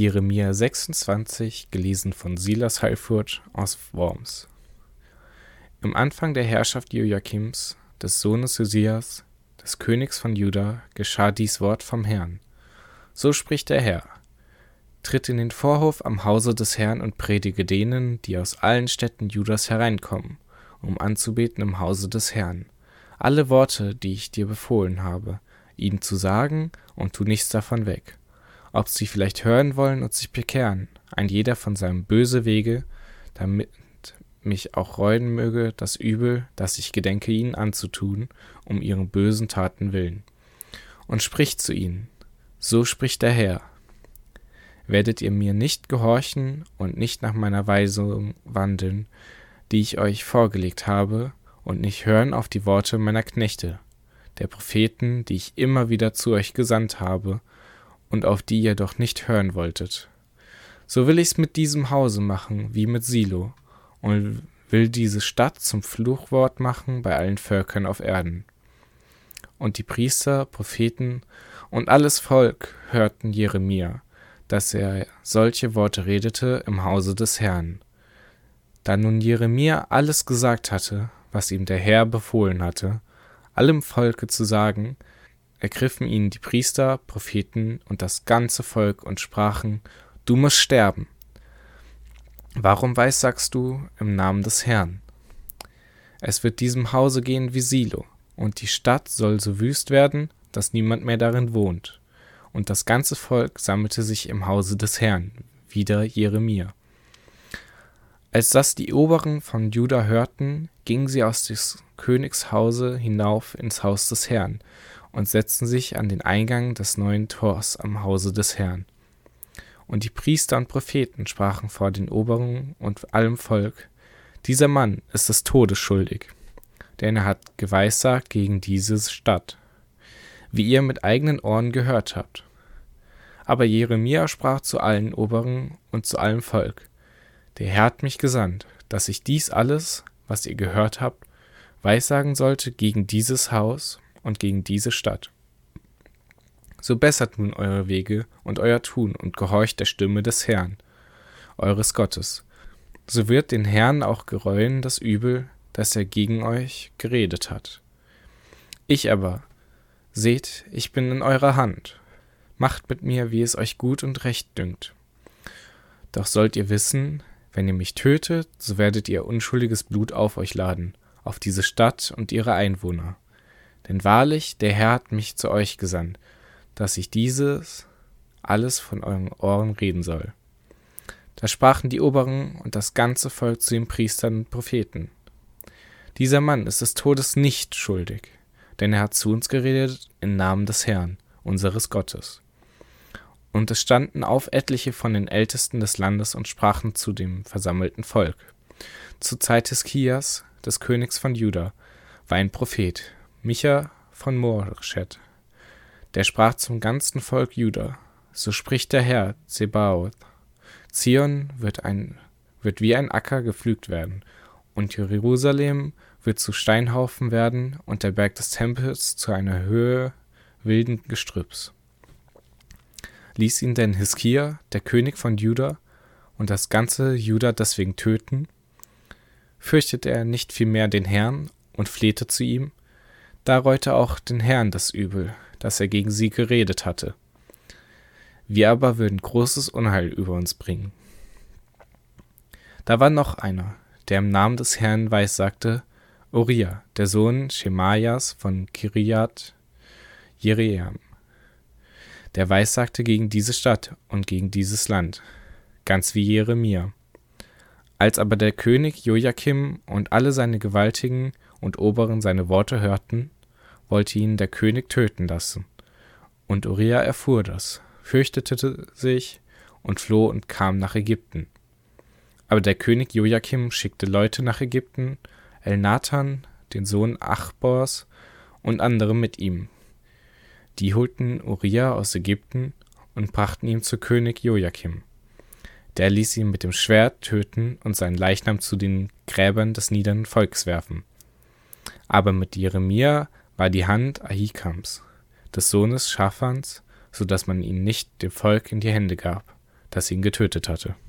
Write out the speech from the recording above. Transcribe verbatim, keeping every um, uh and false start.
Jeremia sechsundzwanzig, gelesen von Silas Heilfurth aus Worms. Im Anfang der Herrschaft Joachims, des Sohnes Josias, des Königs von Juda, geschah dies Wort vom Herrn. So spricht der Herr: Tritt in den Vorhof am Hause des Herrn und predige denen, die aus allen Städten Judas hereinkommen, um anzubeten im Hause des Herrn, alle Worte, die ich dir befohlen habe, ihnen zu sagen, und tu nichts davon weg. Ob sie vielleicht hören wollen und sich bekehren, ein jeder von seinem böse Wege, damit mich auch reuen möge das Übel, das ich gedenke ihnen anzutun, um ihren bösen Taten willen. Und spricht zu ihnen: So spricht der Herr: Werdet ihr mir nicht gehorchen und nicht nach meiner Weisung wandeln, die ich euch vorgelegt habe, und nicht hören auf die Worte meiner Knechte, der Propheten, die ich immer wieder zu euch gesandt habe, und auf die ihr doch nicht hören wolltet, so will ich's mit diesem Hause machen, wie mit Silo, und will diese Stadt zum Fluchwort machen bei allen Völkern auf Erden. Und die Priester, Propheten und alles Volk hörten Jeremia, dass er solche Worte redete im Hause des Herrn. Da nun Jeremia alles gesagt hatte, was ihm der Herr befohlen hatte, allem Volke zu sagen, ergriffen ihn die Priester, Propheten und das ganze Volk und sprachen: Du musst sterben. Warum weissagst du im Namen des Herrn? Es wird diesem Hause gehen wie Silo, und die Stadt soll so wüst werden, dass niemand mehr darin wohnt. Und das ganze Volk sammelte sich im Hause des Herrn, wider Jeremia. Als das die Oberen von Juda hörten, gingen sie aus des Königs Hause hinauf ins Haus des Herrn und setzten sich an den Eingang des neuen Tors am Hause des Herrn. Und die Priester und Propheten sprachen vor den Oberen und allem Volk: Dieser Mann ist des Todes schuldig, denn er hat geweissagt gegen diese Stadt, wie ihr mit eigenen Ohren gehört habt. Aber Jeremia sprach zu allen Oberen und zu allem Volk: Der Herr hat mich gesandt, dass ich dies alles, was ihr gehört habt, weissagen sollte gegen dieses Haus und gegen diese Stadt. So bessert nun eure Wege und euer Tun und gehorcht der Stimme des Herrn, eures Gottes. So wird den Herrn auch gereuen das Übel, das er gegen euch geredet hat. Ich aber, seht, ich bin in eurer Hand. Macht mit mir, wie es euch gut und recht dünkt. Doch sollt ihr wissen, wenn ihr mich tötet, so werdet ihr unschuldiges Blut auf euch laden, auf diese Stadt und ihre Einwohner. Denn wahrlich, der Herr hat mich zu euch gesandt, dass ich dieses alles von euren Ohren reden soll. Da sprachen die Oberen und das ganze Volk zu den Priestern und Propheten: Dieser Mann ist des Todes nicht schuldig, denn er hat zu uns geredet im Namen des Herrn, unseres Gottes. Und es standen auf etliche von den Ältesten des Landes und sprachen zu dem versammelten Volk: Zur Zeit Hiskias, des Königs von Juda, war ein Prophet, Micha von Morscheth. Der sprach zum ganzen Volk Juda: So spricht der Herr Zebaoth: Zion wird, ein, wird wie ein Acker gepflügt werden, und Jerusalem wird zu Steinhaufen werden, und der Berg des Tempels zu einer Höhe wilden Gestrüpps. Ließ ihn denn Hiskia, der König von Juda, und das ganze Juda deswegen töten? Fürchtete er nicht vielmehr den Herrn und flehte zu ihm? Da reute auch den Herrn das Übel, das er gegen sie geredet hatte. Wir aber würden großes Unheil über uns bringen. Da war noch einer, der im Namen des Herrn weissagte, Uriah, der Sohn Schemaias von Kiriath Jearim. Der weissagte gegen diese Stadt und gegen dieses Land, ganz wie Jeremia. Als aber der König Joachim und alle seine Gewaltigen und Oberen seine Worte hörten, wollte ihn der König töten lassen. Und Uriah erfuhr das, fürchtete sich und floh und kam nach Ägypten. Aber der König Joachim schickte Leute nach Ägypten, Elnathan, den Sohn Achbors, und andere mit ihm. Die holten Uriah aus Ägypten und brachten ihn zu König Joachim. Der ließ ihn mit dem Schwert töten und seinen Leichnam zu den Gräbern des niederen Volks werfen. Aber mit Jeremia war die Hand Ahikams, des Sohnes Schaphans, so dass man ihn nicht dem Volk in die Hände gab, das ihn getötet hatte.